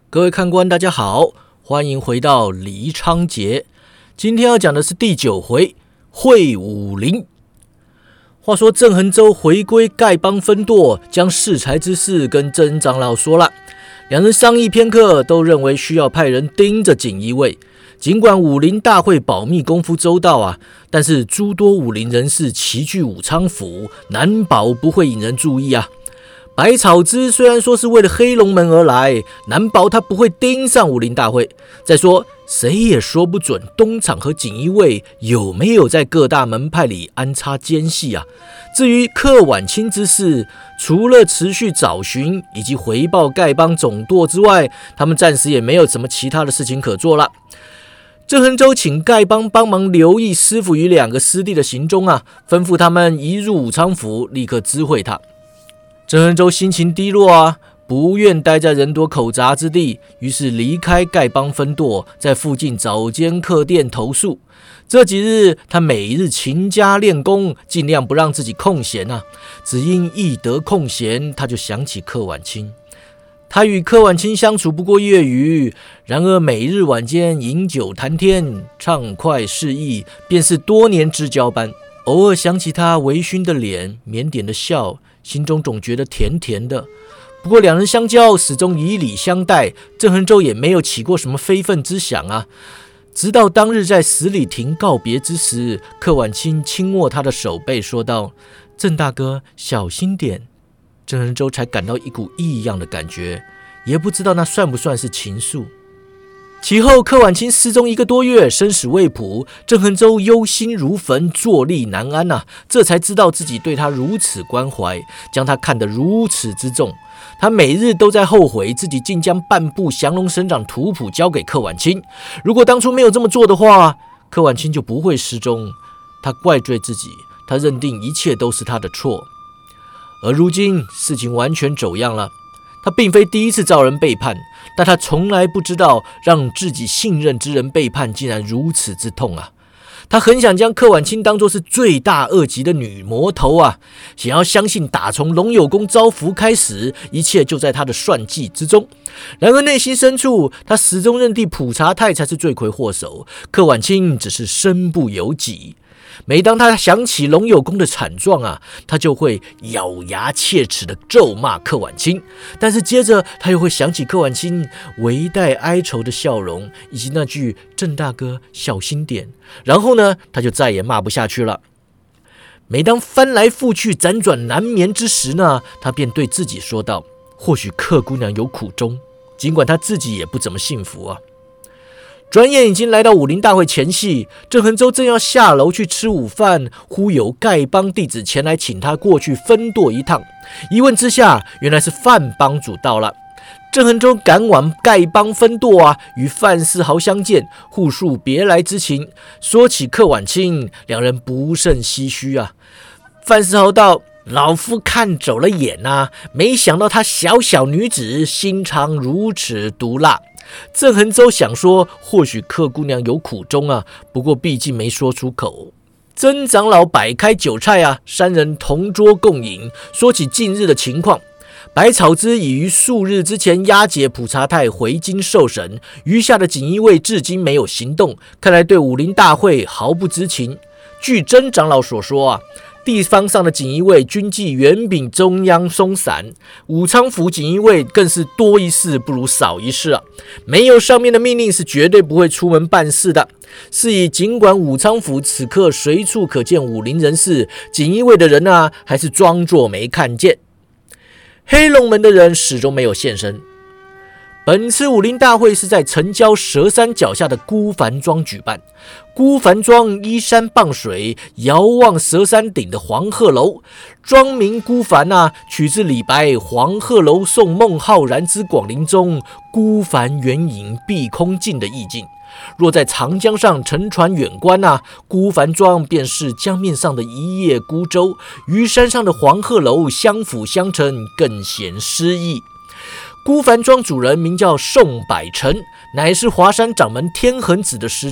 各位看官大家好，欢迎回到黎昌节。今天要讲的是第9回会武林。话说郑恒洲回归丐帮分舵，将适才之事跟郑长老说了，两人商议片刻，都认为需要派人盯着锦衣卫。尽管武林大会保密功夫周到但是诸多武林人士齐聚武昌府，难保不会引人注意百草之虽然说是为了黑龙门而来，难保他不会盯上武林大会。再说谁也说不准东厂和锦衣卫有没有在各大门派里安插奸细至于柯晚清之事，除了持续找寻以及回报丐帮总舵之外，他们暂时也没有什么其他的事情可做了。郑恒洲请丐帮帮忙留意师傅与2个师弟的行踪吩咐他们一入武昌府立刻知会他。郑恒洲心情低落不愿待在人多口杂之地，于是离开丐帮分舵，在附近找间客店投宿。这几日他每日勤加练功，尽量不让自己空闲只因一得空闲，他就想起柯晚清。他与柯晚清相处不过月余，然而每日晚间饮酒谈天，畅快适意，便是多年之交般。偶尔想起他微醺的脸，腼腆的笑，心中总觉得甜甜的。不过两人相交，始终以礼相待，郑恒洲也没有起过什么非分之想直到当日在十里亭告别之时，柯晚清轻握他的手背说道：“郑大哥小心点。”郑恒洲才感到一股异样的感觉，也不知道那算不算是情愫。其后柯晚清失踪1个多月，生死未卜，郑恒洲忧心如焚，坐立难安这才知道自己对他如此关怀，将他看得如此之重。他每日都在后悔自己竟将半部降龙神掌图谱交给柯晚清，如果当初没有这么做的话，柯晚清就不会失踪。他怪罪自己，他认定一切都是他的错。而如今事情完全走样了，他并非第一次遭人背叛，但他从来不知道让自己信任之人背叛竟然如此之痛他很想将柯晚清当作是罪大恶极的女魔头想要相信打从龙有功招福开始，一切就在他的算计之中。然而内心深处，他始终认定普查泰才是罪魁祸首，柯晚清只是身不由己。每当他想起龙有功的惨状他就会咬牙切齿地咒骂柯晚清，但是接着他又会想起柯晚清微带哀愁的笑容，以及那句郑大哥小心点，然后呢他就再也骂不下去了。每当翻来覆去辗转难眠之时呢，他便对自己说道：或许柯姑娘有苦衷，尽管他自己也不怎么幸福转眼已经来到武林大会前夕，郑恒洲正要下楼去吃午饭，忽有丐帮弟子前来请他过去分舵一趟。一问之下，原来是范帮主到了。郑恒洲赶往丐帮分舵与范世豪相见，互述别来之情。说起柯晚清，两人不胜唏嘘范世豪道：老夫看走了眼没想到她小小女子心肠如此毒辣。郑恒洲想说，或许柯姑娘有苦衷不过毕竟没说出口。曾长老摆开酒菜三人同桌共饮，说起近日的情况。百草之已于数日之前押解普查泰回京受审，余下的锦衣卫至今没有行动，看来对武林大会毫不知情。据曾长老所说地方上的锦衣卫军纪远比中央松散，武昌府锦衣卫更是多一事不如少一事没有上面的命令是绝对不会出门办事的。是以尽管武昌府此刻随处可见武林人士，锦衣卫的人还是装作没看见。黑龙门的人始终没有现身。本次武林大会是在城郊蛇山脚下的孤帆庄举办。孤帆庄依山傍水，遥望蛇山顶的黄鹤楼，庄名孤帆取自李白黄鹤楼送孟浩然之广陵中孤帆远影碧空尽的意境。若在长江上乘船远观孤帆庄便是江面上的一叶孤舟，与山上的黄鹤楼相辅相成，更显诗意。孤帆庄主人名叫宋百成，乃是华山掌门天恒子的师弟。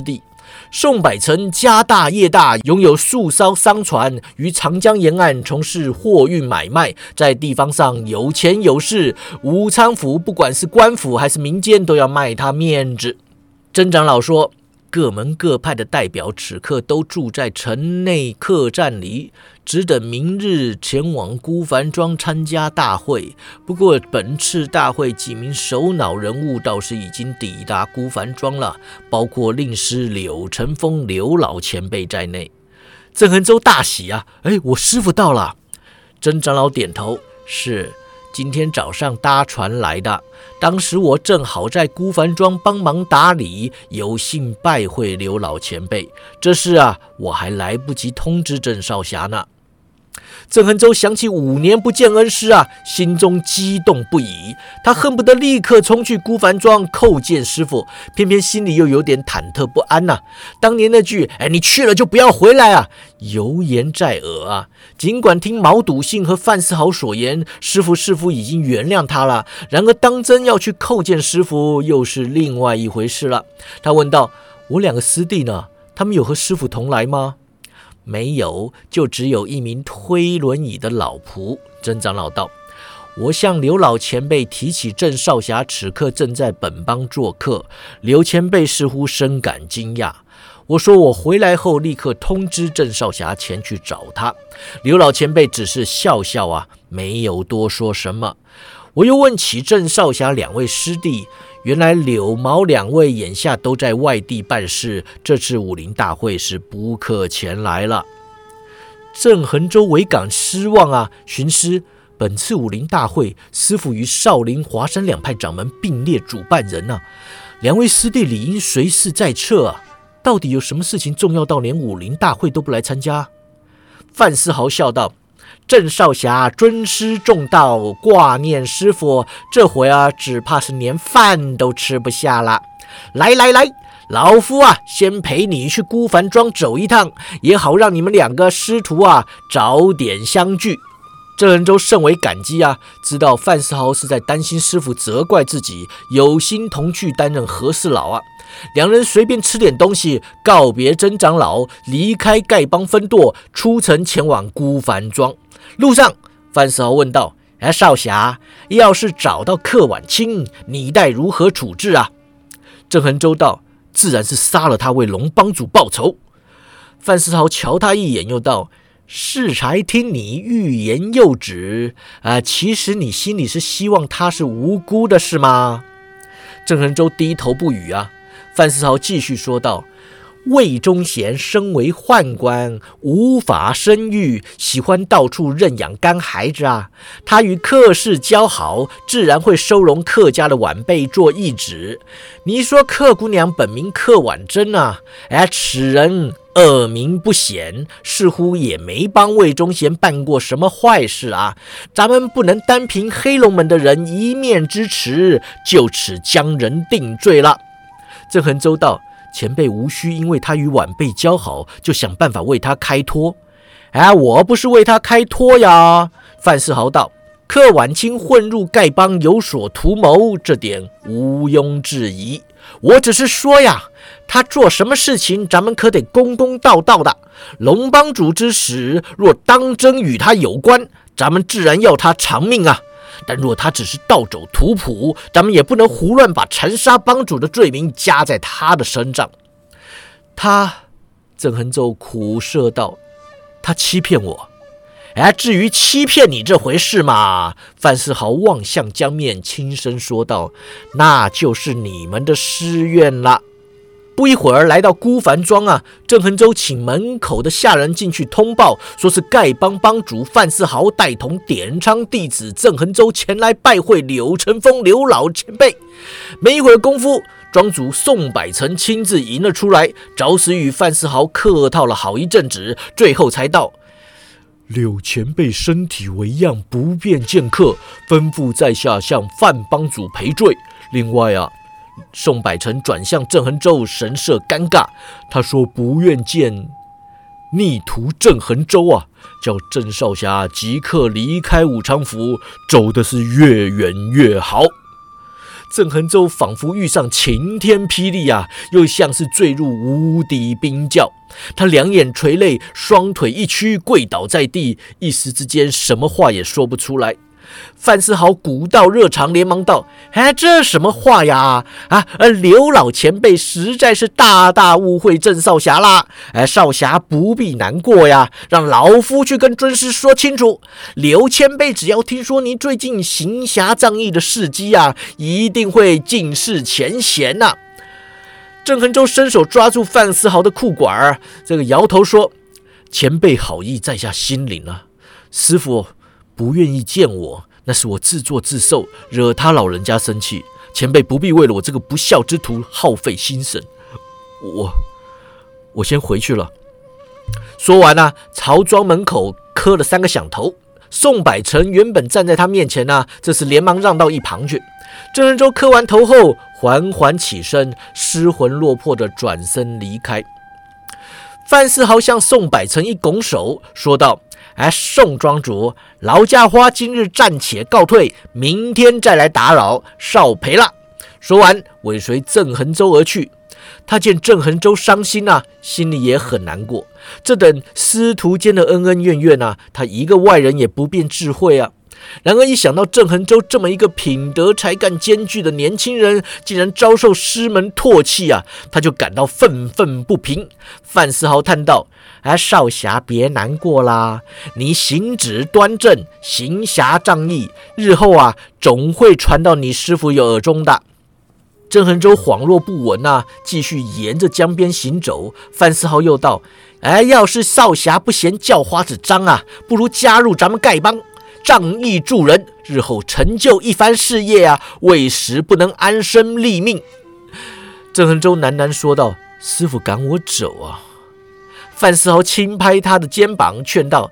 宋百成家大业大，拥有数艘商船，于长江沿岸从事货运买卖，在地方上有钱有势。武昌府不管是官府还是民间，都要卖他面子。曾长老说，各门各派的代表此刻都住在城内客栈里，只等明日前往孤帆庄参加大会。不过本次大会几名首脑人物倒是已经抵达孤帆庄了，包括令师柳成风刘老前辈在内。郑恒洲大喜啊，我师父到了。曾长老点头，是今天早上搭船来的，当时我正好在孤帆庄帮忙打理，有幸拜会刘老前辈。这事我还来不及通知郑少侠呢。郑恒洲想起5年不见恩师心中激动不已，他恨不得立刻冲去孤帆庄叩见师父，偏偏心里又有点忐忑不安当年那句你去了就不要回来犹言在耳尽管听毛笃信和范思豪所言，师父已经原谅他了，然而当真要去叩见师父又是另外一回事了。他问道，我2个师弟呢？他们有和师父同来吗？没有，就只有一名推轮椅的老仆。曾长老道，我向刘老前辈提起郑少侠此刻正在本邦做客，刘前辈似乎深感惊讶。我说我回来后立刻通知郑少侠前去找他。刘老前辈只是笑笑没有多说什么。我又问起郑少侠2位师弟，原来柳毛2位眼下都在外地办事，这次武林大会是不可前来了。郑恒洲唯感失望寻思本次武林大会，师父与少林、华山2派掌门并列主办人2位师弟理应随侍在侧到底有什么事情重要到连武林大会都不来参加？范思豪笑道，郑少侠尊师重道，挂念师父，这回只怕是连饭都吃不下了。来，老夫先陪你去孤帆庄走一趟，也好让你们2个师徒早点相聚。郑恒洲甚为感激知道范思豪是在担心师父责怪自己，有心同去担任和事佬2人随便吃点东西，告别曾长老，离开丐帮分舵，出城前往孤帆庄。路上，范思豪问道，少侠，要是找到柯晚清，你待如何处置郑恒洲道，自然是杀了他为龙帮主报仇。范思豪瞧他一眼，又道，适才听你欲言又止其实你心里是希望他是无辜的是吗？郑恒洲低头不语范思豪继续说道，魏忠贤身为宦官，无法生育，喜欢到处认养干孩子他与客氏交好，自然会收容客家的晚辈做义子。你说客姑娘本名客婉珍此人恶名不显，似乎也没帮魏忠贤办过什么坏事咱们不能单凭黑龙门的人一面之词，就此将人定罪了。郑恒洲道，前辈无需因为他与晚辈交好，就想办法为他开脱。我不是为他开脱呀。范思豪道，柯晚清混入丐帮有所图谋，这点毋庸置疑。我只是说他做什么事情咱们可得公公道道的。龙帮主之死若当真与他有关，咱们自然要他偿命但若他只是盗走图谱，咱们也不能胡乱把残杀帮主的罪名加在他的身上。郑恒洲苦涩道，他欺骗我。至于欺骗你这回事嘛，范思豪望向江面，轻声说道，那就是你们的私怨了。不一会儿来到孤帆庄郑恒洲请门口的下人进去通报，说是丐帮帮主范思豪带同点仓弟子郑恒洲前来拜会柳成风刘老前辈。没一会儿功夫，庄主宋百成亲自迎了出来，着实与范思豪客套了好一阵子，最后才道，柳前辈身体为恙，不便见客，吩咐在下向范帮主赔罪。另外宋百成转向郑恒洲，神色尴尬，他说不愿见逆徒郑恒洲叫郑少侠即刻离开武昌府，走的是越远越好。 郑恒洲仿佛遇上晴天霹雳啊，又像是坠入无底冰窖。他两眼垂泪，双腿一屈，跪倒在地，一时之间什么话也说不出来。范思豪古道热肠，连忙道：“这什么话呀？刘老前辈实在是大大误会郑少侠啦！少侠不必难过呀，让老夫去跟尊师说清楚。刘前辈只要听说您最近行侠仗义的事迹啊，一定会尽释前嫌呐。”郑恒洲伸手抓住范思豪的裤管，这个摇头说：“前辈好意在下心领啊，师傅不愿意见我，那是我自作自受，惹他老人家生气。前辈不必为了我这个不孝之徒耗费心神。我先回去了。”说完啊，曹庄门口磕了3个响头。宋百成原本站在他面前啊，这时连忙让到一旁去。郑恒洲磕完头后，缓缓起身，失魂落魄的转身离开。范思豪向宋百成一拱手，说道：“宋庄主，劳驾花今日暂且告退，明天再来打扰，少赔了。”说完，尾随郑恒洲而去。他见郑恒洲伤心啊，心里也很难过。这等师徒间的恩恩怨怨啊，他一个外人也不便智慧啊。然而一想到郑恒洲这么一个品德才干兼具的年轻人，竟然遭受师门唾弃啊，他就感到愤愤不平。范思豪叹道：“少侠别难过啦，你行止端正，行侠仗义，日后啊总会传到你师傅耳中的。”郑恒洲恍若不闻啊，继续沿着江边行走。范思豪又道：“要是少侠不嫌叫花子脏啊，不如加入咱们丐帮，仗义助人，日后成就一番事业啊，为时不能安身立命。”郑恒洲喃喃说道：“师傅赶我走啊。”范思豪轻拍他的肩膀，劝道：“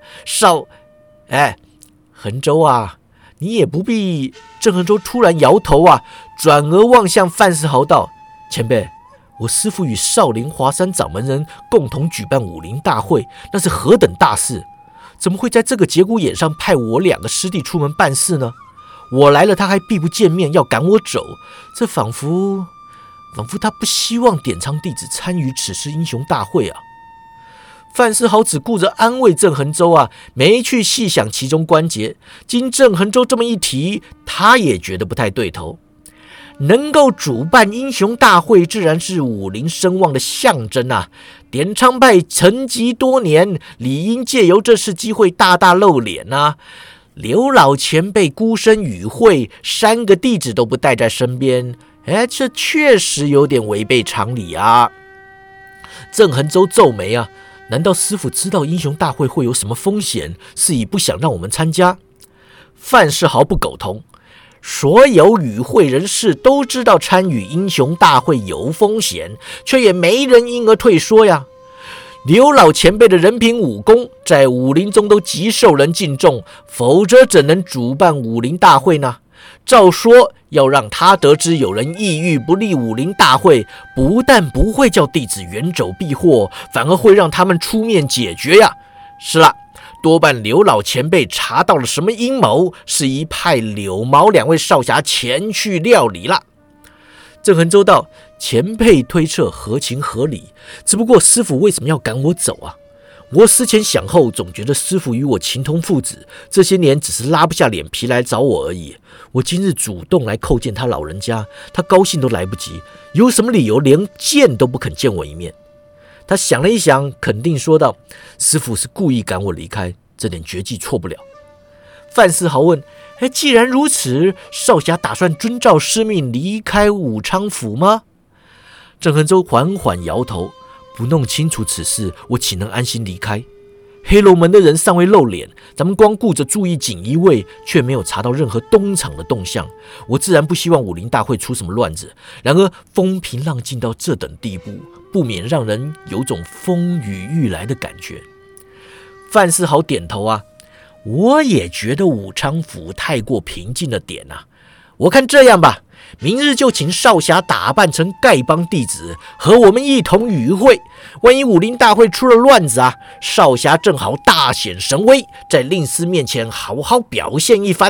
恒洲啊，你也不必。”郑恒洲突然摇头啊，转而望向范思豪道：“前辈，我师父与少林华山掌门人共同举办武林大会，那是何等大事，怎么会在这个节骨眼上派我2个师弟出门办事呢？我来了，他还避不见面，要赶我走，这仿佛他不希望典藏弟子参与此次英雄大会啊。”范思豪只顾着安慰郑恒洲啊，没去细想其中关节。经郑恒洲这么一提，他也觉得不太对头。能够主办英雄大会，自然是武林声望的象征啊。点苍派沉寂多年，理应借由这次机会大大露脸啊。刘老前辈孤身与会，3个弟子都不带在身边，这确实有点违背常理啊。郑恒洲皱眉啊，难道师父知道英雄大会会有什么风险，是以不想让我们参加？范世豪不苟同，所有与会人士都知道参与英雄大会有风险，却也没人因而退缩呀。刘老前辈的人品武功在武林中都极受人敬重，否则怎能主办武林大会呢？照说要让他得知有人意欲不利武林大会，不但不会叫弟子远走避祸，反而会让他们出面解决呀。是了，多半刘老前辈查到了什么阴谋，是以派柳毛2位少侠前去料理了。郑恒洲道：前辈推测合情合理，只不过师父为什么要赶我走啊？我思前想后，总觉得师父与我情同父子，这些年只是拉不下脸皮来找我而已。我今日主动来叩见他老人家，他高兴都来不及，有什么理由连见都不肯见我一面？他想了一想，肯定说道：师父是故意赶我离开，这点绝技错不了。范思豪问：既然如此，少侠打算遵照师命离开武昌府吗？郑恒洲缓缓摇头：不弄清楚此事，我岂能安心离开？黑龙门的人尚未露脸，咱们光顾着注意锦衣卫，却没有查到任何东厂的动向。我自然不希望武林大会出什么乱子，然而风平浪静到这等地步，不免让人有种风雨欲来的感觉。范思豪点头啊，我也觉得武昌府太过平静了点啊。我看这样吧，明日就请少侠打扮成丐帮弟子，和我们一同与会。万一武林大会出了乱子啊，少侠正好大显神威，在令师面前好好表现一番啊。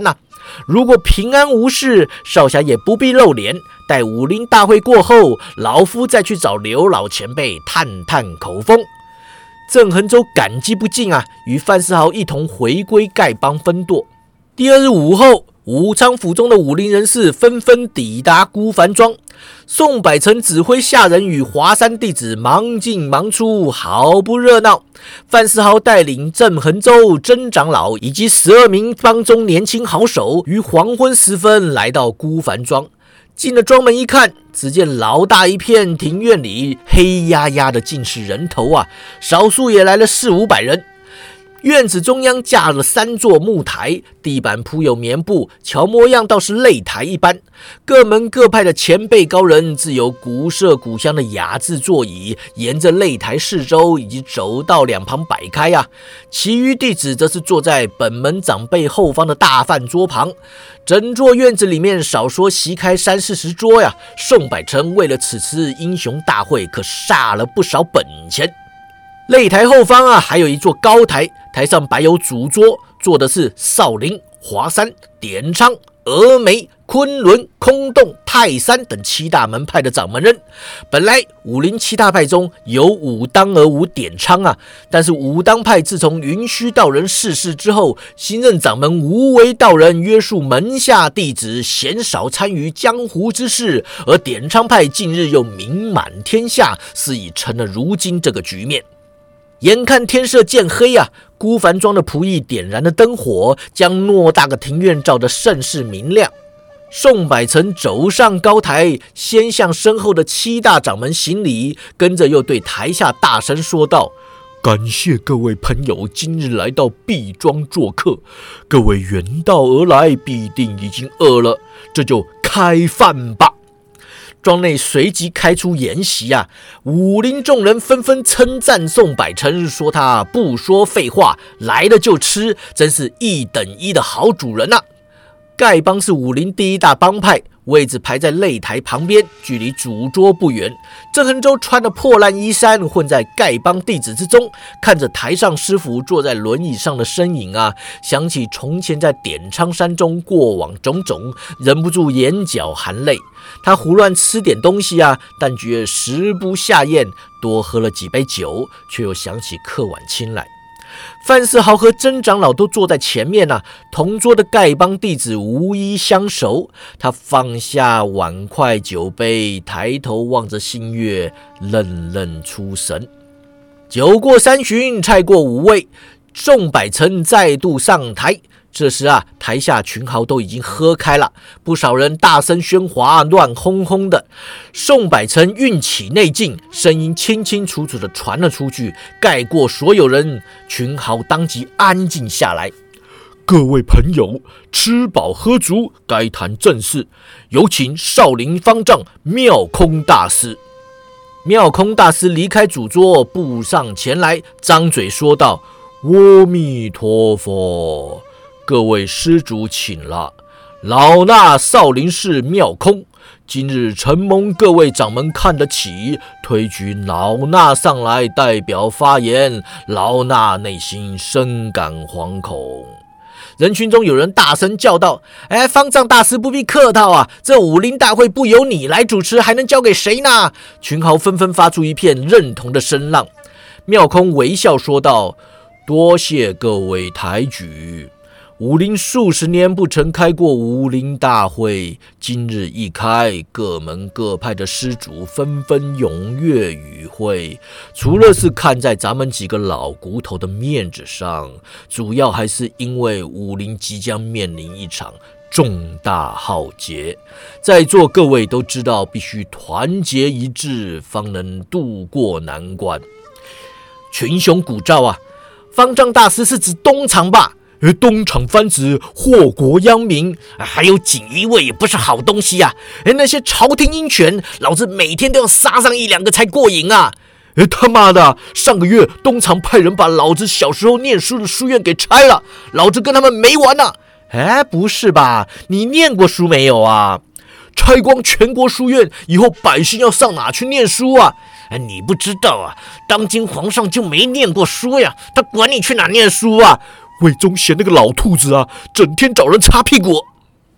如果平安无事，少侠也不必露脸。待武林大会过后，老夫再去找刘老前辈探探口风。郑恒洲感激不尽啊，与范世豪一同回归丐帮分舵。第二日午后，武昌府中的武林人士纷纷抵达孤帆庄。宋百成指挥下人与华山弟子忙进忙出，好不热闹。范世豪带领郑恒洲、曾长老以及12名帮中年轻好手，于黄昏时分来到孤帆庄。进了庄门一看，只见老大一片庭院里黑压压的尽是人头啊，少数也来了400-500人。院子中央架了3座木台，地板铺有棉布，瞧模样倒是擂台一般。各门各派的前辈高人自有古色古香的雅致座椅，沿着擂台四周以及走道两旁摆开啊。其余弟子则是坐在本门长辈后方的大饭桌旁。整座院子里面少说席开30-40桌呀。宋百成为了此次英雄大会，可煞了不少本钱。擂台后方啊，还有一座高台，台上摆有主桌，坐的是少林、华山、点昌、峨眉、昆仑、空洞、泰山等7大门派的掌门人。本来武林7大派中有武当而无点昌啊，但是武当派自从云虚道人逝世之后，新任掌门无为道人约束门下弟子鲜少参与江湖之事，而点昌派近日又名满天下，是已成了如今这个局面。眼看天色渐黑啊，孤帆庄的仆役点燃了灯火，将偌大个庭院照得甚是明亮。宋百成走上高台，先向身后的7大掌门行礼，跟着又对台下大声说道：感谢各位朋友今日来到敝庄做客，各位远道而来，必定已经饿了，这就开饭吧。庄内随即开出筵席啊，武林众人纷纷称赞宋百成，说他不说废话，来了就吃，真是1等1的好主人啊。丐帮是武林第1大帮派，位置排在擂台旁边，距离主桌不远。郑恒洲穿着破烂衣衫，混在丐帮弟子之中，看着台上师傅坐在轮椅上的身影啊，想起从前在点昌山中过往种种，忍不住眼角含泪。他胡乱吃点东西啊，但觉食不下咽，多喝了几杯酒，却又想起客晚亲来。范世豪和曾长老都坐在前面啊，同桌的丐帮弟子无一相熟。他放下碗筷酒杯，抬头望着星月，愣愣出神。酒过3巡，菜过5味，宋百成再度上台。这时啊，台下群豪都已经喝开了，不少人大声喧哗，乱哄哄的。宋百成运起内劲，声音清清楚楚地传了出去，盖过所有人，群豪当即安静下来。各位朋友，吃饱喝足，该谈正事。有请少林方丈妙空大师。妙空大师离开主桌，步上前来，张嘴说道：阿弥陀佛。各位施主请了，老衲少林寺妙空，今日承蒙各位掌门看得起，推举老衲上来代表发言，老衲内心深感惶恐。人群中有人大声叫道：方丈大师不必客套啊，这武林大会不由你来主持，还能交给谁呢？群豪纷纷发出一片认同的声浪。妙空微笑说道：多谢各位抬举，武林数十年不曾开过武林大会，今日一开，各门各派的施主纷纷踊跃与会。除了是看在咱们几个老骨头的面子上，主要还是因为武林即将面临一场重大浩劫，在座各位都知道，必须团结一致，方能渡过难关。群雄鼓噪啊！方丈大师是指东厂吧？东厂藩子祸国殃民，还有锦衣卫也不是好东西啊！那些朝廷鹰犬，老子每天都要杀上1-2个才过瘾啊！他妈的，上个月东厂派人把老子小时候念书的书院给拆了，老子跟他们没完啊！不是吧？你念过书没有啊？拆光全国书院以后，百姓要上哪去念书啊？你不知道啊，当今皇上就没念过书呀，他管你去哪念书啊？魏忠贤那个老兔子啊，整天找人擦屁股。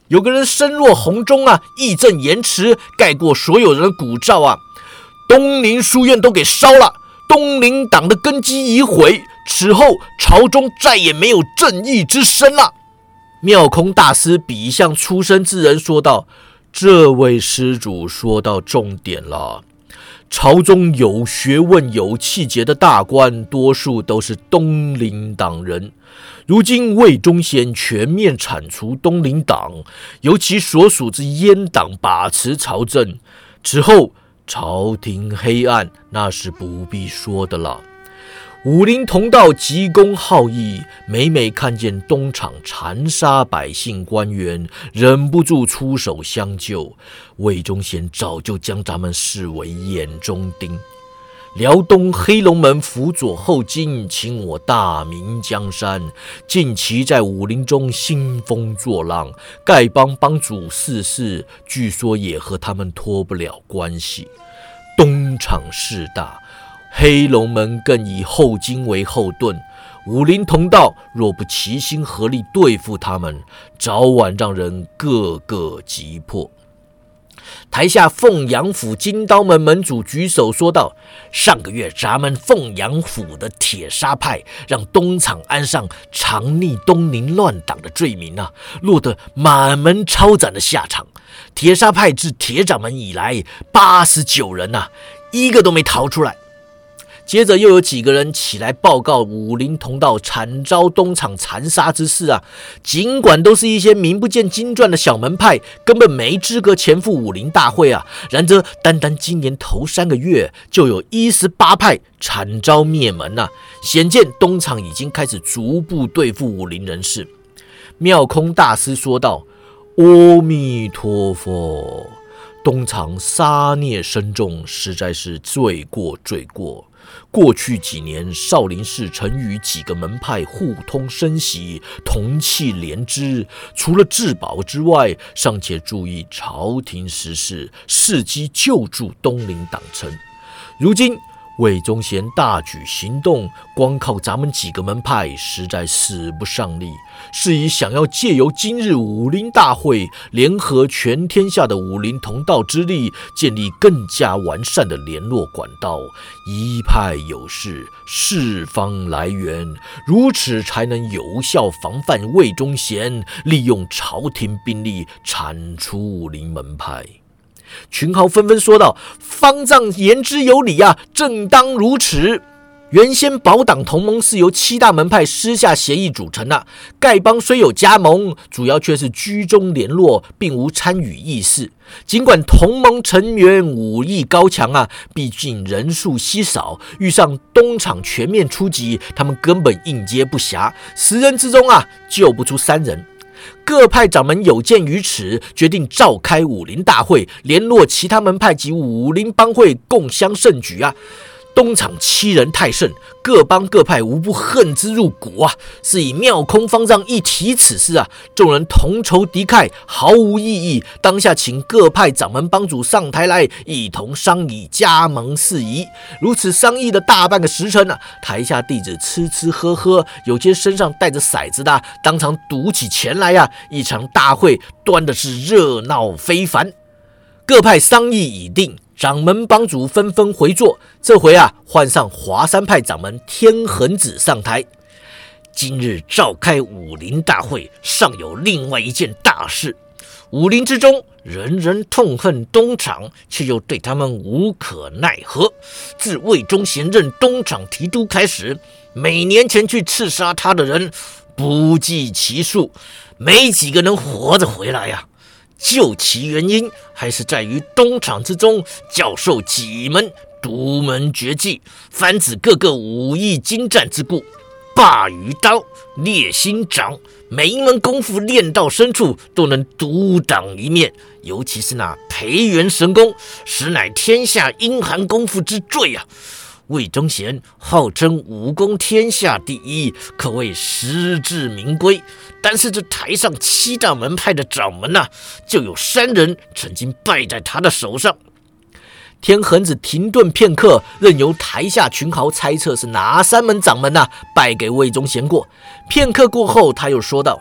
有个人声若洪钟啊，义正言辞，盖过所有人的鼓噪啊，东林书院都给烧了，东林党的根基已毁，此后朝中再也没有正义之声了。妙空大师比向出生之人说道：这位施主说到重点了，朝中有学问有气节的大官多数都是东林党人，如今魏忠贤全面铲除东林党，由其所属之阉党把持朝政，此后朝廷黑暗，那是不必说的了。武林同道急公好义，每每看见东厂残杀百姓官员，忍不住出手相救。魏忠贤早就将他们视为眼中钉。辽东黑龙门辅佐后金，请我大明江山，近期在武林中兴风作浪，丐帮帮主四世据说也和他们脱不了关系。东厂势大，黑龙门更以后金为后盾，武林同道若不齐心合力对付他们，早晚让人个个击破。台下凤阳府金刀门门主举手说道：上个月咱们凤阳府的铁砂派让东厂安上藏匿东林乱党的罪名啊，落得满门抄斩的下场。铁砂派自铁掌门以来89人啊，一个都没逃出来。接着又有几个人起来报告武林同道惨遭东厂残杀之事啊，尽管都是一些名不见经传的小门派，根本没资格前赴武林大会啊，然则单单今年头3个月就有18派惨遭灭门啊，显见东厂已经开始逐步对付武林人士。妙空大师说道：阿弥陀佛，东厂杀孽深重，实在是罪过罪过。过去几年，少林寺曾与几个门派互通生息，同气连枝，除了自保之外，尚且注意朝廷时事，伺机救助东林党臣。如今魏忠贤大举行动，光靠咱们几个门派实在使不上力，是以想要借由今日武林大会，联合全天下的武林同道之力，建立更加完善的联络管道，一派有事，四方来援，如此才能有效防范魏忠贤利用朝廷兵力铲除武林门派。群豪纷纷说道：方丈言之有理啊，正当如此。原先保党同盟是由7大门派私下协议组成的，丐帮虽有加盟，主要却是居中联络，并无参与议事。尽管同盟成员武艺高强啊，毕竟人数稀少，遇上东厂全面出击，他们根本应接不暇，10人之中啊，救不出3人。各派掌门有鉴于此，决定召开武林大会，联络其他门派及武林帮会，共襄盛举啊！东厂欺人太甚，各帮各派无不恨之入骨啊！是以妙空方丈一提此事啊，众人同仇敌忾，毫无异议。当下请各派掌门帮主上台来，一同商议加盟事宜。如此商议的大半个时辰啊，台下弟子吃吃喝喝，有些身上带着骰子的，当场赌起钱来啊！一场大会端的是热闹非凡。各派商议已定，掌门帮主纷纷回座。这回啊，换上华山派掌门天恒子上台。今日召开武林大会，尚有另外一件大事。武林之中，人人痛恨东厂，却又对他们无可奈何。自魏忠贤任东厂提督开始，每年前去刺杀他的人不计其数，没几个能活着回来呀。究其原因，还是在于东厂之中教授几门独门绝技，泛指各个武艺精湛之故。霸鱼刀、烈心掌，每一门功夫练到深处都能独当一面，尤其是那培元神功，实乃天下阴寒功夫之最啊！魏忠贤号称武功天下第一，可谓实至名归。但是这台上7大门派的掌门啊，就有3人曾经败在他的手上。天恒子停顿片刻，任由台下群豪猜测是哪3门掌门啊败给魏忠贤过。片刻过后，他又说道：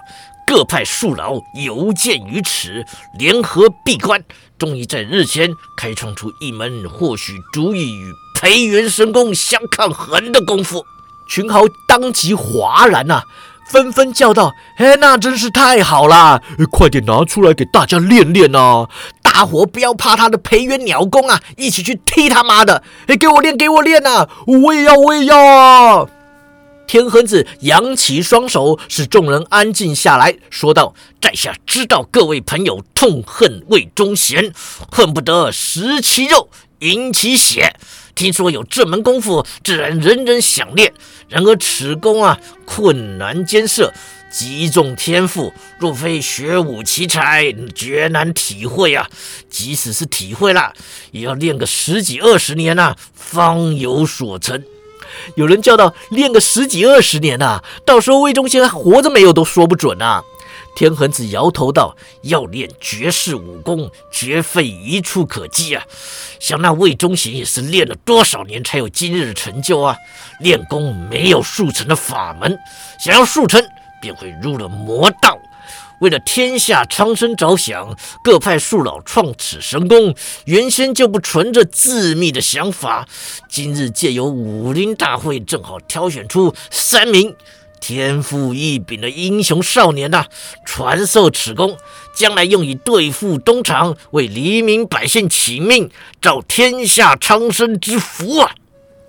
各派庶老有鉴于此，联合闭关，终于在日前开创出一门或许足以与培元神功相抗衡的功夫。 群豪当即哗然啊，纷纷叫道：“那真是太好了！快点拿出来给大家练练啊！大伙不要怕他的培元鸟功啊，一起去踢他妈的！给我练，给我练啊！我也要，我也要啊！”天恒子扬起双手，使众人安静下来，说道：“ 在下知道各位朋友痛恨魏忠贤，恨不得食其肉，饮其血。听说有这门功夫，自然人人想练。然而此功啊，困难艰涩，极重天赋，若非学武奇才，绝难体会啊。即使是体会了，也要练个10几20年啊，方有所成。” 有人叫道：“练个10几20年啊，到时候魏忠贤还活着没有都说不准啊。” 天恒子摇头道：“要练绝世武功，绝非一触可及啊！想那魏忠贤也是练了多少年才有今日的成就啊！练功没有速成的法门，想要速成，便会入了魔道。为了天下苍生着想，各派庶老创此神功，原先就不存着自秘的想法。今日借由武林大会，正好挑选出3名天赋异禀的英雄少年啊，传授此功，将来用以对付东厂，为黎民百姓请命，造天下苍生之福啊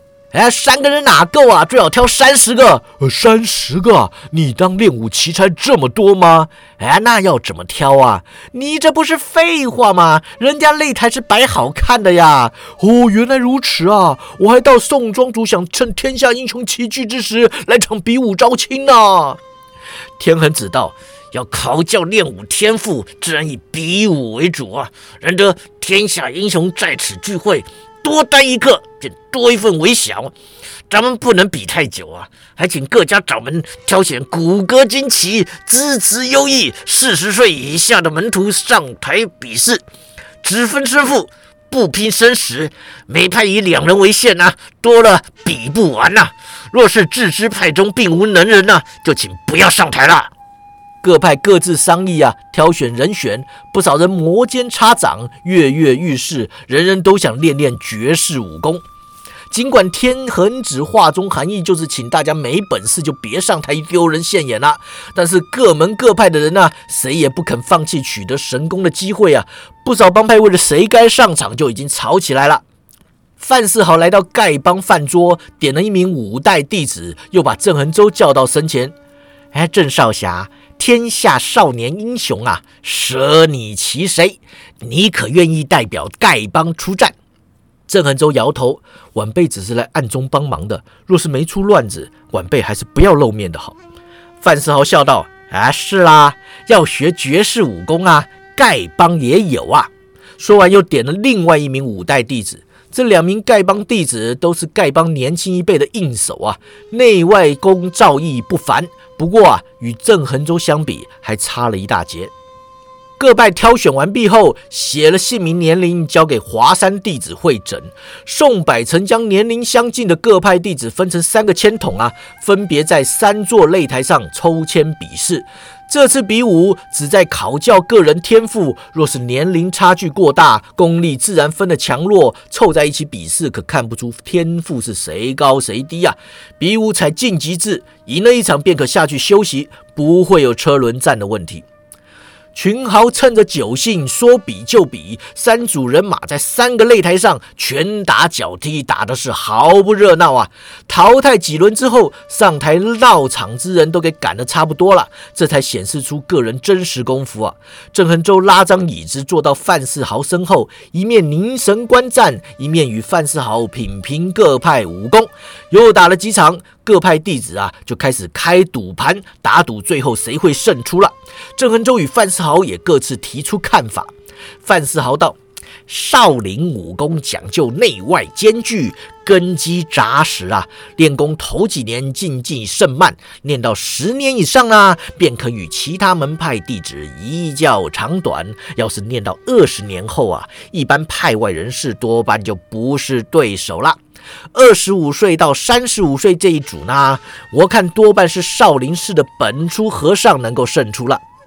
！3个人哪够啊？最好挑30个。30个？你当练武奇才这么多吗？那要怎么挑啊？你这不是废话吗？人家擂台是摆好看的呀。原来如此啊！我还到宋庄主想趁天下英雄齐聚之时来场比武招亲呢。 天恒子道：“要考教练武天赋，自然以比武为主啊。然得天下英雄在此聚会，多待一个便多一份微小，咱们不能比太久啊！还请各家掌门挑选骨骼惊奇、资质优异、40岁以下的门徒上台比试，只分胜负，不拼生死。每派以2人为限啊，多了比不完啊！若是自知派中并无能人啊，就请不要上台了。” 各派各自商议啊，挑选人选，不少人摩肩擦掌，跃跃欲试，人人都想练练绝世武功。尽管天恒子话中含义就是请大家没本事就别上台丢人现眼啦，但是各门各派的人啊，谁也不肯放弃取得神功的机会啊。不少帮派为了谁该上场就已经吵起来了。范世豪来到丐帮饭桌，点了一名5代弟子，又把郑恒洲叫到身前。郑少侠，天下少年英雄啊，舍你其谁？你可愿意代表丐帮出战？郑恒洲摇头，晚辈只是来暗中帮忙的，若是没出乱子，晚辈还是不要露面的好。范世豪笑道：是啦，要学绝世武功啊，丐帮也有啊。说完又点了另外一名5代弟子。这2名丐帮弟子都是丐帮年轻一辈的硬手啊，内外功造诣不凡。不过啊，与郑恒洲相比，还差了一大截。各派挑选完毕后，写了姓名、年龄，交给华山弟子会诊。宋百成将年龄相近的各派弟子分成3个签筒啊，分别在3座擂台上抽签比试。这次比武只在考教个人天赋，若是年龄差距过大，功力自然分的强弱，凑在一起比试，可看不出天赋是谁高谁低啊。比武采晋级制，赢了一场便可下去休息，不会有车轮战的问题。群豪趁着酒兴，说比就比，3组人马在3个擂台上拳打脚踢，打的是毫不热闹啊！淘汰几轮之后，上台闹场之人都给赶得差不多了，这才显示出个人真实功夫啊！郑恒洲拉张椅子坐到范世豪身后，一面凝神观战，一面与范世豪品评各派武功。又打了几场，各派弟子啊就开始开赌盘，打赌最后谁会胜出了。郑恒洲与范世豪也各自提出看法。范世豪道：少林武功讲究内外兼具，根基扎实啊，练功头几年进进甚慢，练到10年以上啊，便可与其他门派弟子一较长短。要是练到20年后啊，一般派外人士多半就不是对手了。25岁到35岁这一组呢，我看多半是少林寺的本初和尚能够胜出了。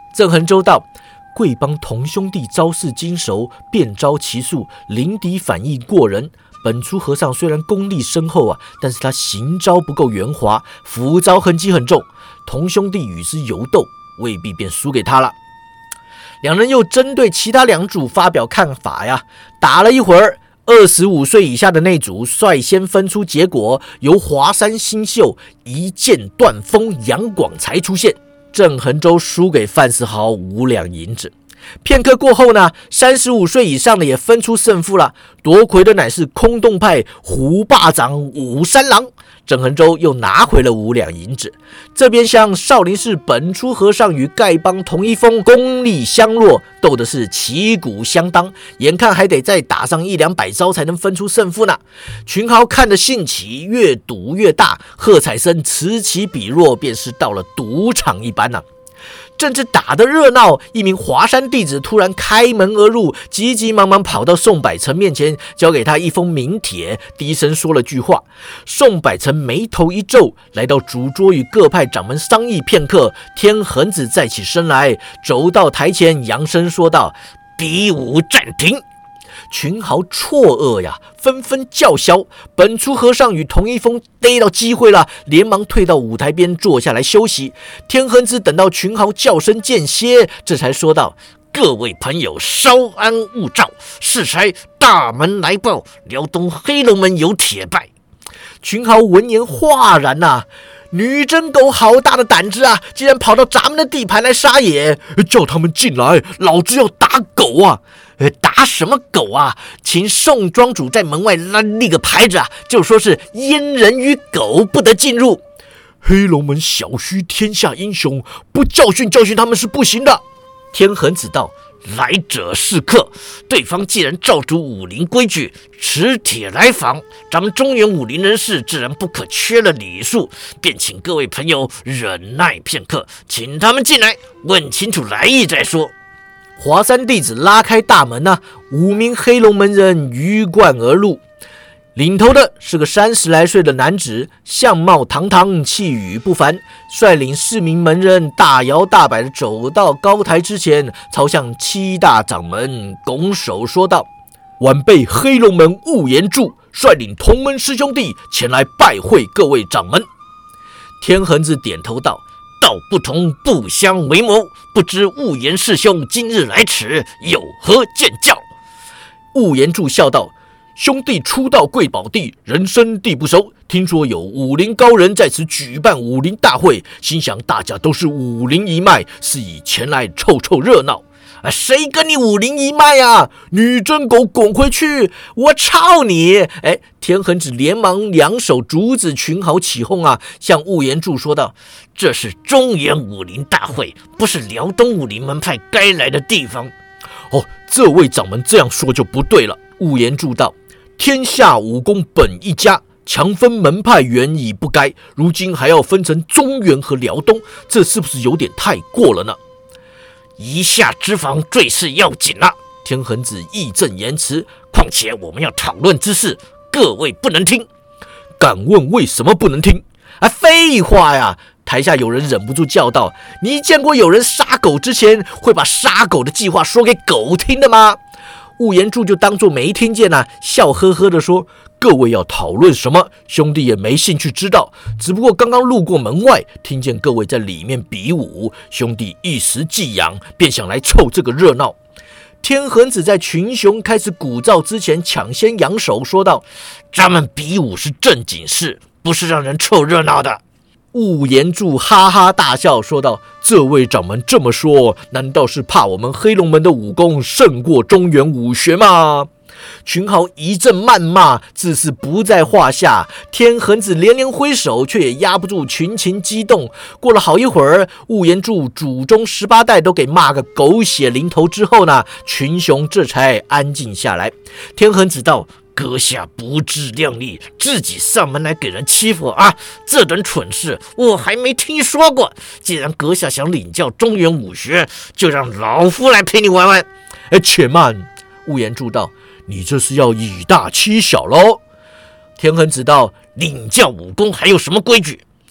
郑恒州道：贵帮同兄弟招式精熟，变招奇速，临敌反应过人。本初和尚虽然功力深厚啊，但是他行招不够圆滑，符招痕迹很重。同兄弟与之游斗，未必便输给他了。两人又针对其他两组发表看法呀。打了一会儿，25岁以下的那组率先分出结果，由华山新秀一剑断风杨广才出现。郑恒州输给范世豪5两银子。片刻过后呢，35岁以上的也分出胜负了。夺魁的乃是空洞派胡霸掌武三郎，郑恒州又拿回了5两银子。这边像少林寺本初和尚与丐帮童一峰功力相若，斗的是旗鼓相当，眼看还得再打上100-200招才能分出胜负呢。群豪看得兴起，越赌越大，喝彩声此起彼落，便是到了赌场一般啊。正是打得热闹，一名华山弟子突然开门而入，急急忙忙跑到宋百成面前，交给他一封名帖，低声说了句话。宋百成眉头一皱，来到主桌与各派掌门商议片刻。天恒子站起身来，走到台前，扬声说道：比武暂停。群豪错愕呀，纷纷叫嚣。本初和尚与童一峰逮到机会了，连忙退到舞台边坐下来休息。天恒子等到群豪叫声间歇，这才说道：各位朋友稍安勿躁，适才大门来报，辽东黑龙门有铁败。群豪闻言哗然啊，女真狗好大的胆子啊，竟然跑到咱们的地盘来撒野，叫他们进来，老子要打狗啊！打什么狗啊？请宋庄主在门外立个牌子啊，就说是阉人与狗不得进入。黑龙门小须天下英雄，不教训他们是不行的。天恒子道：来者是客，对方既然照足武林规矩，持铁来访，咱们中原武林人士自然不可缺了礼数，便请各位朋友忍耐片刻，请他们进来，问清楚来意再说。华山弟子拉开大门啊，5名黑龙门人鱼贯而入。领头的是个30来岁的男子，相貌堂堂，气宇不凡，率领4名门人大摇大摆地走到高台之前，朝向7大掌门拱手说道：晚辈黑龙门兀言柱率领同门师兄弟前来拜会各位掌门。天恒子点头道：道不同不相为谋，不知兀言师兄今日来此有何见教？兀言柱笑道：兄弟初到贵宝地，人生地不熟，听说有武林高人在此举办武林大会，心想大家都是武林一脉，是以前来凑凑热闹。谁跟你武林一脉啊？女真狗滚回去！我操你！天恒子连忙两手阻止群豪起哄啊，向兀言柱说道：这是中原武林大会，不是辽东武林门派该来的地方。这位掌门这样说就不对了。兀言柱道：天下武功本一家，强分门派原已不该，如今还要分成中原和辽东，这是不是有点太过了呢？以下之防最是要紧了。天恒子义正言辞，况且我们要讨论之事，各位不能听。敢问为什么不能听？废话呀！台下有人忍不住叫道：你见过有人杀狗之前会把杀狗的计划说给狗听的吗？兀言柱就当作没听见啊，笑呵呵地说：各位要讨论什么，兄弟也没兴趣知道，只不过刚刚路过门外，听见各位在里面比武，兄弟一时技痒，便想来凑这个热闹。天恒子在群雄开始鼓噪之前抢先扬手说道：咱们比武是正经事，不是让人凑热闹的。兀言柱哈哈大笑说道：这位掌门这么说，难道是怕我们黑龙门的武功胜过中原武学吗？群豪一阵谩骂，自是不在话下。天恒子连连挥手，却也压不住群情激动。过了好一会儿，兀言柱祖宗18代都给骂个狗血淋头之后呢，群雄这才安静下来。天恒子道：阁下不自量力，自己上门来给人欺负啊！这等蠢事我还没听说过。既然阁下想领教中原武学，就让老夫来陪你玩玩。且慢！兀言柱道：你这是要以大欺小喽？天恒子道：领教武功还有什么规矩？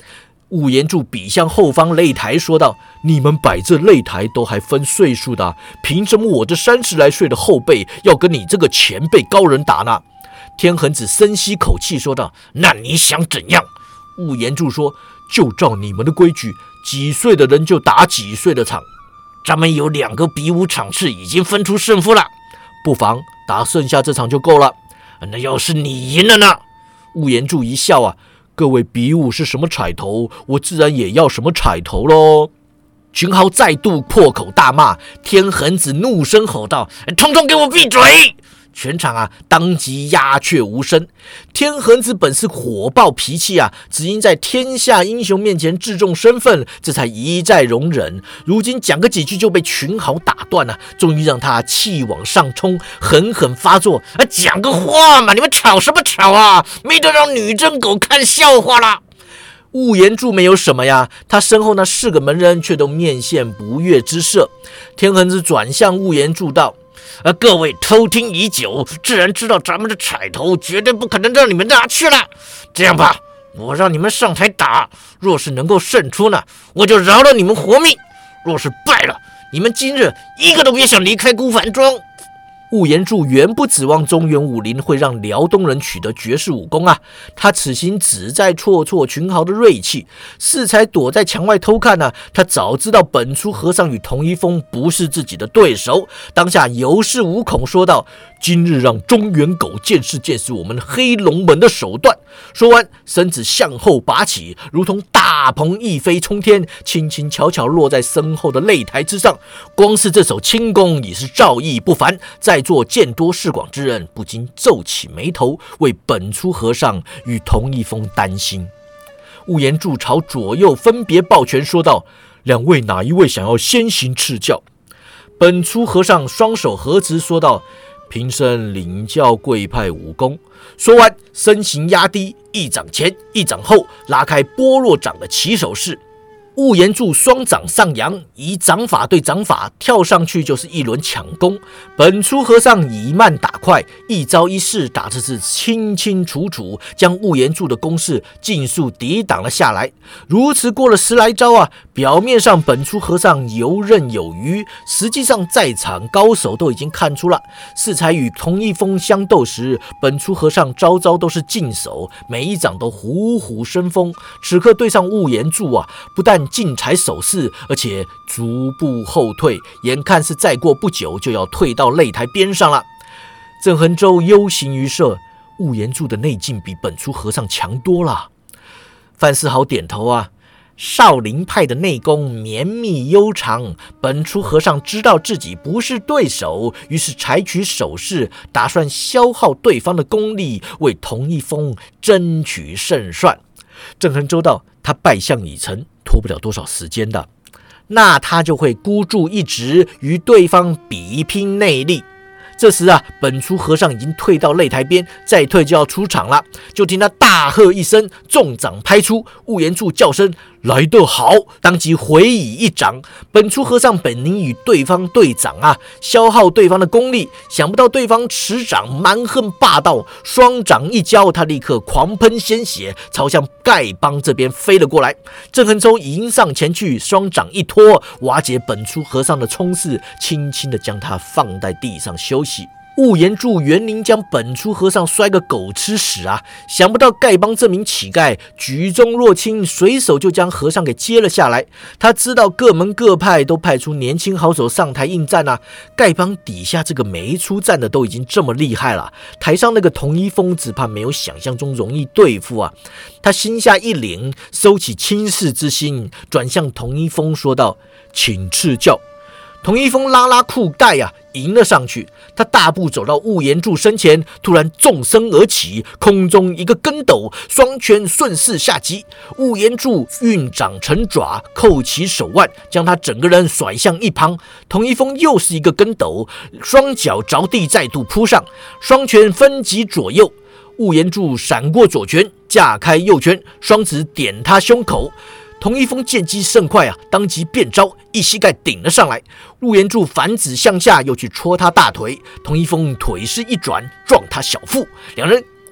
兀言柱比向后方擂台说道：“你们摆这擂台都还分岁数的，凭什么我这30来岁的后辈要跟你这个前辈高人打呢？”天恒子深吸口气说道：“ 那你想怎样？” 兀言柱说：“就照你们的规矩，几岁的人就打几岁的场。 咱们有2个比武场次已经分出胜负了， 不妨打剩下这场就够了。” 那要是你赢了呢？ 兀言柱一笑各位比武是什么彩头，我自然也要什么彩头咯。 群豪再度破口大骂，天恒子怒声吼道：“统统给我闭嘴！” 全场当即鸦雀无声。天恒子本是火爆脾气只因在天下英雄面前自重身份，这才一再容忍。如今讲个几句就被群豪打断终于让他气往上冲，狠狠发作。 讲个话嘛，你们吵什么吵啊？没得让女真狗看笑话了。 兀言柱没有什么他身后那4个门人却都面现不悦之色。天恒子转向兀言柱道：“ 各位偷听已久，自然知道咱们的彩头绝对不可能让你们拿去了。这样吧，我让你们上台打，若是能够胜出呢，我就饶了你们活命；若是败了，你们今日一个都别想离开孤帆庄。” 兀言柱原不指望中原武林会让辽东人取得绝世武功他此行只在挫群豪的锐气，适才躲在墙外偷看他早知道本初和尚与童一峰不是自己的对手，当下有恃无恐说道：“今日让中原狗见识见识我们黑龙门的手段。”说完身子向后拔起，如同大鹏一飞冲天，轻轻巧巧落在身后的擂台之上。光是这手轻功已是造诣不凡，在座见多识广之人不禁皱起眉头，为本初和尚与童一峰担心。兀言柱朝左右分别抱拳说道：“2位哪一位想要先行赐教？”本初和尚双手合十说道：“平生领教贵派武功。”说完身形压低，一掌前一掌后，拉开般若掌的起手式。兀言柱双掌上扬，以掌法对掌法，跳上去就是一轮抢攻。本初和尚以慢打快，一招一式打的是清清楚楚，将兀言柱的攻势尽数抵挡了下来。如此过了10来招表面上本初和尚游刃有余，实际上在场高手都已经看出了，适才与童一峰相斗时，本初和尚招招都是进手，每一掌都虎虎生风。此刻对上兀言柱不但进踩手势，而且逐步后退，眼看是再过不久就要退到擂台边上了。郑恒洲忧形于色，兀言柱的内劲比本初和尚强多了。范世豪点头少林派的内功绵密悠长，本初和尚知道自己不是对手，于是采取手势，打算消耗对方的功力，为童一峰争取胜算。郑恒洲道：“他败相已成，拖不了多少时间的，那他就会孤注一掷，与对方比拼内力。”这时本初和尚已经退到擂台边，再退就要出场了。就听他大喝一声，重掌拍出，兀言柱叫声：“来得好！”当即回以一掌。本初和尚本应与对方对掌消耗对方的功力，想不到对方持掌蛮横霸道，双掌一交，他立刻狂喷鲜血，朝向丐帮这边飞了过来。郑恒洲迎上前去，双掌一拖，瓦解本初和尚的冲势，轻轻地将他放在地上休息。兀言柱原灵将本初和尚摔个狗吃屎想不到丐帮这名乞丐举重若轻，随手就将和尚给接了下来。他知道各门各派都派出年轻好手上台应战丐帮底下这个没出战的都已经这么厉害了，台上那个童一峰只怕没有想象中容易对付他心下一凛，收起轻视之心，转向童一峰说道：“请赐教。”童一峰拉拉裤带迎了上去。他大步走到兀言柱身前，突然纵身而起，空中一个跟斗，双拳顺势下击。兀言柱运掌成爪，扣起手腕，将他整个人甩向一旁。童一峰又是一个跟斗，双脚着地再度扑上，双拳分击左右。兀言柱闪过左拳，架开右拳，双指点他胸口。童一峰见机甚快当即变招，一膝盖顶了上来。兀言柱反指向下，又去戳他大腿。童一峰腿势一转，撞他小腹，两人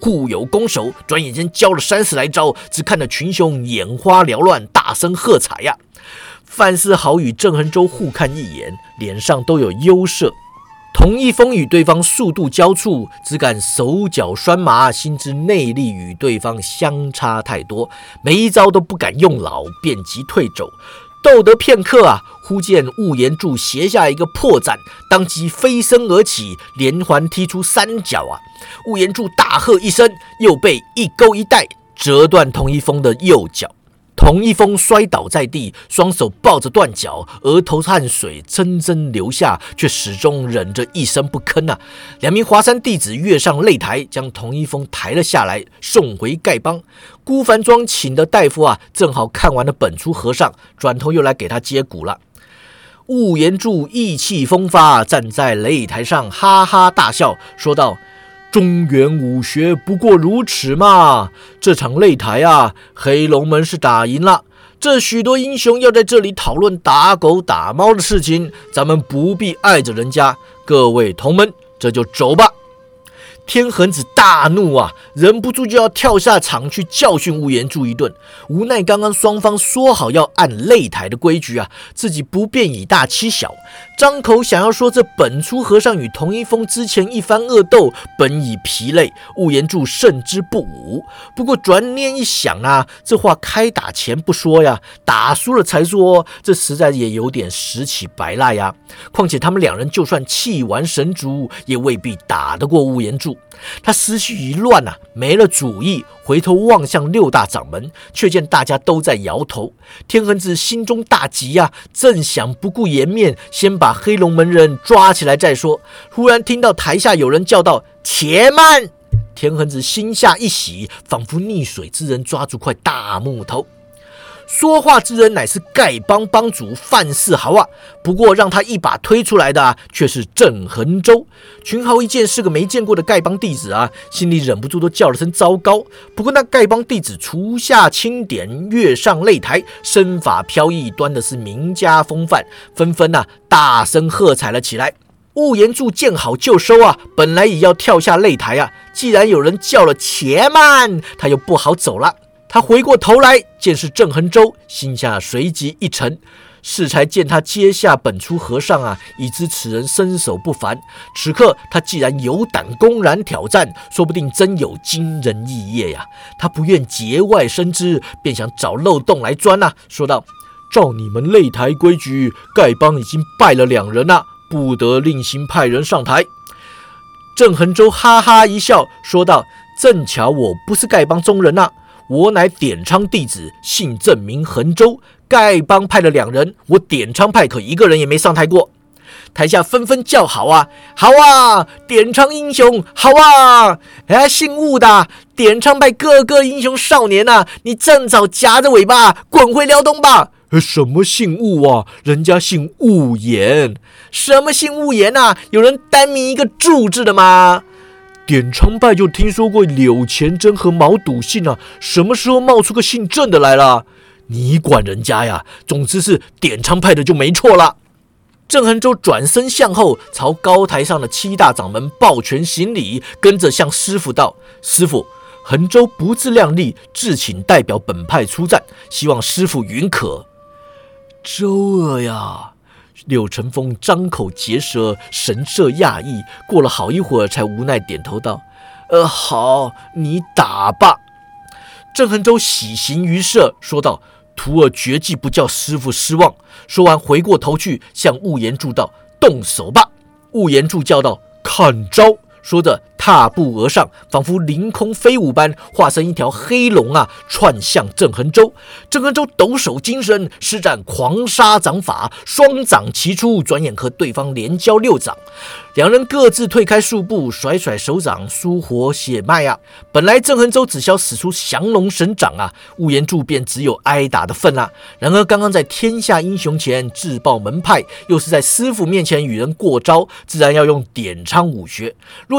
互有攻守，转眼间教了30来招，只看得群雄眼花缭乱，大声喝彩呀。范思豪与郑恒洲互看一眼，脸上都有忧色。童一峰与对方速度交触，只感手脚酸麻，心知内力与对方相差太多，每一招都不敢用老，便即退走。斗得片刻啊，忽见兀言柱斜下一个破斩，当即飞身而起，连环踢出3脚啊！兀言柱大喝一声，右背一勾一带，折断童一峰的右脚。童一峰摔倒在地，双手抱着断脚，额头汗水怔怔流下，却始终忍着一声不吭啊。2名华山弟子跃上擂台，将童一峰抬了下来，送回丐帮。孤帆庄请的大夫啊，正好看完了本初和尚，转头又来给他接骨了。兀言柱意气风发，站在擂台上哈哈大笑，说道：中原武学不过如此嘛！这场擂台啊，黑龙门是打赢了。这许多英雄要在这里讨论打狗打猫的事情，咱们不必碍着人家。各位同门，这就走吧。天恒子大怒啊，忍不住就要跳下场去教训兀言柱一顿。无奈刚刚双方说好要按擂台的规矩啊，自己不便以大欺小，张口想要说这本初和尚与童一峰之前一番恶斗，本已疲累，兀言柱胜之不武。不过转念一想啊，这话开打前不说呀，打输了才说，这实在也有点拾起白蜡呀。况且他们2人就算气完神足，也未必打得过兀言柱。他思绪一乱啊，没了主意，回头望向6大掌门，却见大家都在摇头。天恒子心中大急啊，正想不顾颜面，先把黑龙门人抓起来再说，忽然听到台下有人叫道：且慢！天恒子心下一喜，仿佛溺水之人抓住块大木头。说话之人乃是丐帮帮主范世豪啊，不过让他一把推出来的啊，却是郑恒洲。群豪一见是个没见过的丐帮弟子啊，心里忍不住都叫了声糟糕。不过那丐帮弟子除下钦点，跃上擂台，身法飘逸，端的是名家风范，纷纷啊大声喝彩了起来。兀言柱见好就收啊，本来也要跳下擂台啊，既然有人叫了且慢，他又不好走了。他回过头来，见是郑恒洲，心下随即一沉。适才见他接下本初和尚啊，已知此人身手不凡。此刻他既然有胆公然挑战，说不定真有惊人异业呀。他不愿节外生枝，便想找漏洞来钻啊，说道：照你们擂台规矩，丐帮已经败了2人了，不得另行派人上台。郑恒洲哈哈一笑，说道：正巧我不是丐帮中人啊，我乃点昌弟子，姓郑名恒洲。丐帮派了2人，我点昌派可一个人也没上台过。台下纷纷叫好啊，好啊，点昌英雄，好啊！姓兀的，点昌派个个英雄少年啊，你正早夹着尾巴滚回辽东吧！什么姓兀啊？人家姓兀言。什么姓兀言啊？有人单名一个柱字的吗？点昌派就听说过柳钱真和毛笃信啊，什么时候冒出个姓郑的来了？你管人家呀，总之是点昌派的就没错了。郑恒洲转身向后，朝高台上的7大掌门抱拳行礼，跟着向师父道：师父，恒洲不自量力，自请代表本派出战，希望师父允可。周儿呀！柳成风张口结舌，神色讶异，过了好一会儿才无奈点头道：好，你打吧。郑恒洲喜形于色，说道：徒儿绝技不叫师父失望。说完回过头去向兀言柱道：动手吧。兀言柱叫道：看招。说着踏步而上，仿佛凌空飞舞般，化身一条黑龙啊，窜向郑恒洲。郑恒洲抖擞精神，施展狂杀掌法，双掌齐出，转眼和对方连交6掌。2人各自退开数步，甩甩手掌，舒活血脉啊！本来郑恒洲只消使出降龙神掌啊，兀言柱便只有挨打的份啦。然而刚刚在天下英雄前自报门派，又是在师父面前与人过招，自然要用点昌武学。若以丐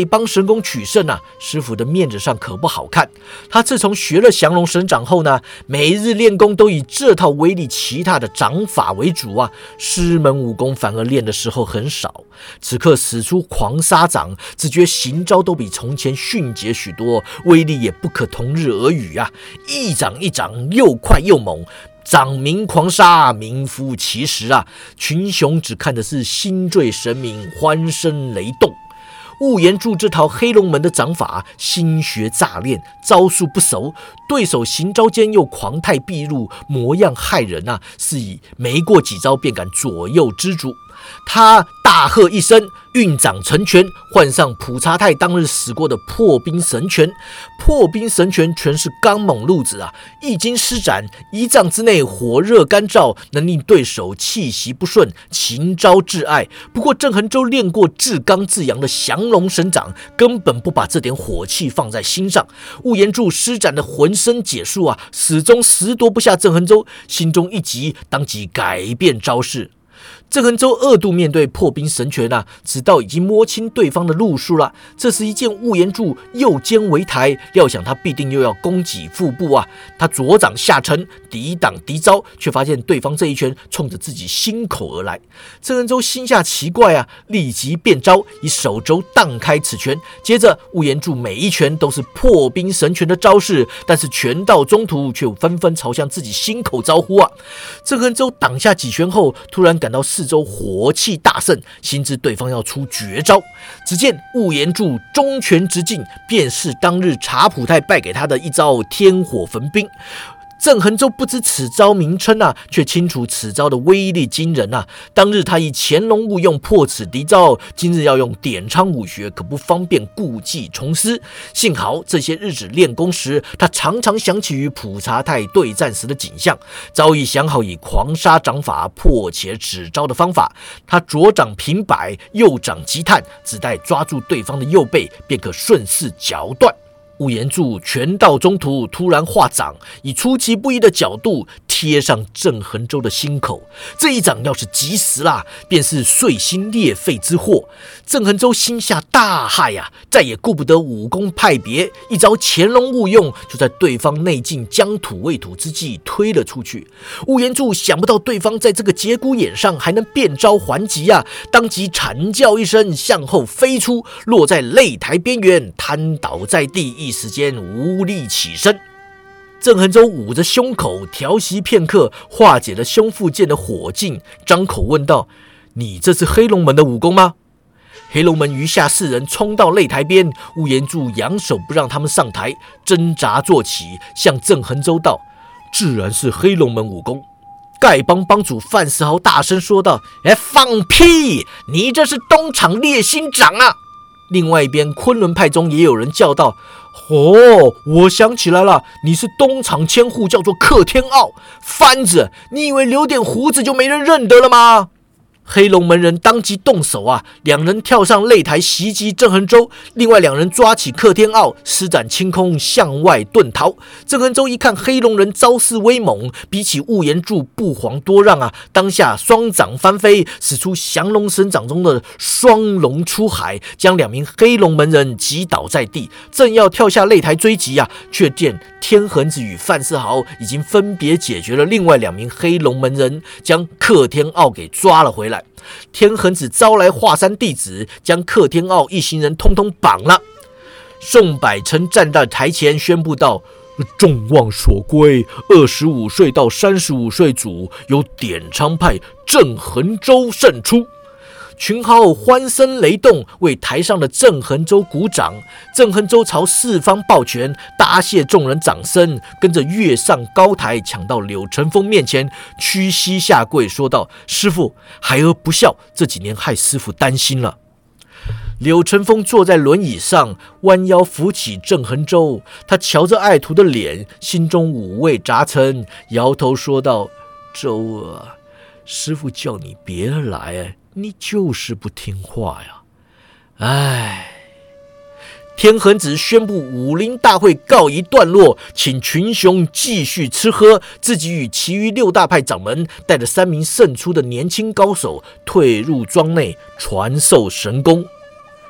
帮神功取胜啊，师傅的面子上可不好看。他自从学了降龙神掌后呢，每日练功都以这套威力奇大的掌法为主啊，师门武功反而练的时候很少。此刻使出狂沙掌，只觉行招都比从前迅捷许多，威力也不可同日而语啊！一掌一掌又快又猛，掌鸣狂沙，名副其实啊！群雄只看的是心醉神明，欢声雷动。雾延柱这套黑龙门的掌法，心学乍练，招数不熟，对手行招间又狂态毕露，模样骇人啊！是以没过几招便敢左右之主。他大喝一声，运掌成拳，换上普查泰当日使过的破冰神拳。破冰神拳全是刚猛路子啊！一经施展，一丈之内火热干燥，能令对手气息不顺，情招挚爱。不过郑恒洲练过至刚至阳的降龙神掌，根本不把这点火气放在心上。雾延柱施展的浑身解数啊，始终拾夺不下郑恒洲，心中一急，当即改变招式。郑恒洲二度面对破冰神拳啊，直到已经摸清对方的路数了。这时一见雾延柱右肩为抬，料想他必定又要攻击腹部啊。他左掌下沉抵挡敌招，却发现对方这一拳冲着自己心口而来。郑恒洲心下奇怪啊，立即变招，以手肘荡开此拳。接着雾延柱每一拳都是破冰神拳的招式，但是拳到中途却纷纷朝向自己心口招呼啊。郑恒洲挡下几拳后，突然感到四周火气大盛，心知对方要出绝招。只见雾延柱中拳直进，便是当日查普泰败给他的一招天火焚冰。郑恒洲不知此招名称啊，却清楚此招的威力惊人啊！当日他以潜龙勿用破此敌招，今日要用点苍武学，可不方便故技重施。幸好这些日子练功时，他常常想起与普查泰对战时的景象，早已想好以狂沙掌法破解此招的方法。他左掌平摆，右掌急探，只待抓住对方的右背，便可顺势绞断。雾延柱拳到中途突然化掌，以出其不意的角度贴上郑恒洲的心口。这一掌要是及时啦，便是碎心裂肺之祸。郑恒洲心下大骇呀，再也顾不得武功派别，一招潜龙勿用，就在对方内劲将土未土之际推了出去。雾延柱想不到对方在这个节骨眼上还能变招还击啊，当即惨叫一声，向后飞出，落在擂台边缘，瘫倒在地，一时间无力起身。郑恒洲捂着胸口调息片刻，化解了胸腹间的火劲，张口问道：“你这是黑龙门的武功吗？”黑龙门余下四人冲到擂台边，雾延柱扬手不让他们上台，挣扎坐起，向郑恒洲道：“自然是黑龙门武功。”丐帮帮主范世豪大声说道：“放屁！你这是东厂烈心掌啊！”另外一边，昆仑派中也有人叫道：“哦，我想起来了，你是东厂千户，叫做克天傲。番子，你以为留点胡子就没人认得了吗？”黑龙门人当即动手啊，两人跳上擂台袭击郑恒洲，另外两人抓起克天傲，施展轻空向外遁逃。郑恒洲一看黑龙人招式威猛，比起雾延柱不遑多让啊，当下双掌翻飞，使出降龙神掌中的双龙出海，将两名黑龙门人击倒在地。正要跳下擂台追击啊，却见天恒子与范世豪已经分别解决了另外两名黑龙门人，将克天傲给抓了回来。天恒子招来华山弟子，将克天傲一行人通通绑了。宋百成站在台前宣布道：“众望所归，25岁到35岁组由点苍派郑恒洲胜出。”群豪欢声雷动，为台上的郑恒洲鼓掌。郑恒洲朝四方抱拳，答谢众人掌声，跟着跃上高台，抢到柳成风面前，屈膝下跪，说道：“师父，孩儿不孝，这几年害师父担心了。”柳成风坐在轮椅上，弯腰扶起郑恒洲。他瞧着爱徒的脸，心中五味杂陈，摇头说道：“洲啊，师父叫你别来，你就是不听话呀！”唉。天恒子宣布武林大会告一段落，请群雄继续吃喝，自己与其余6大派掌门带着3名胜出的年轻高手退入庄内传授神功。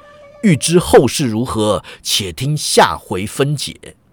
欲知后事如何，且听下回分解。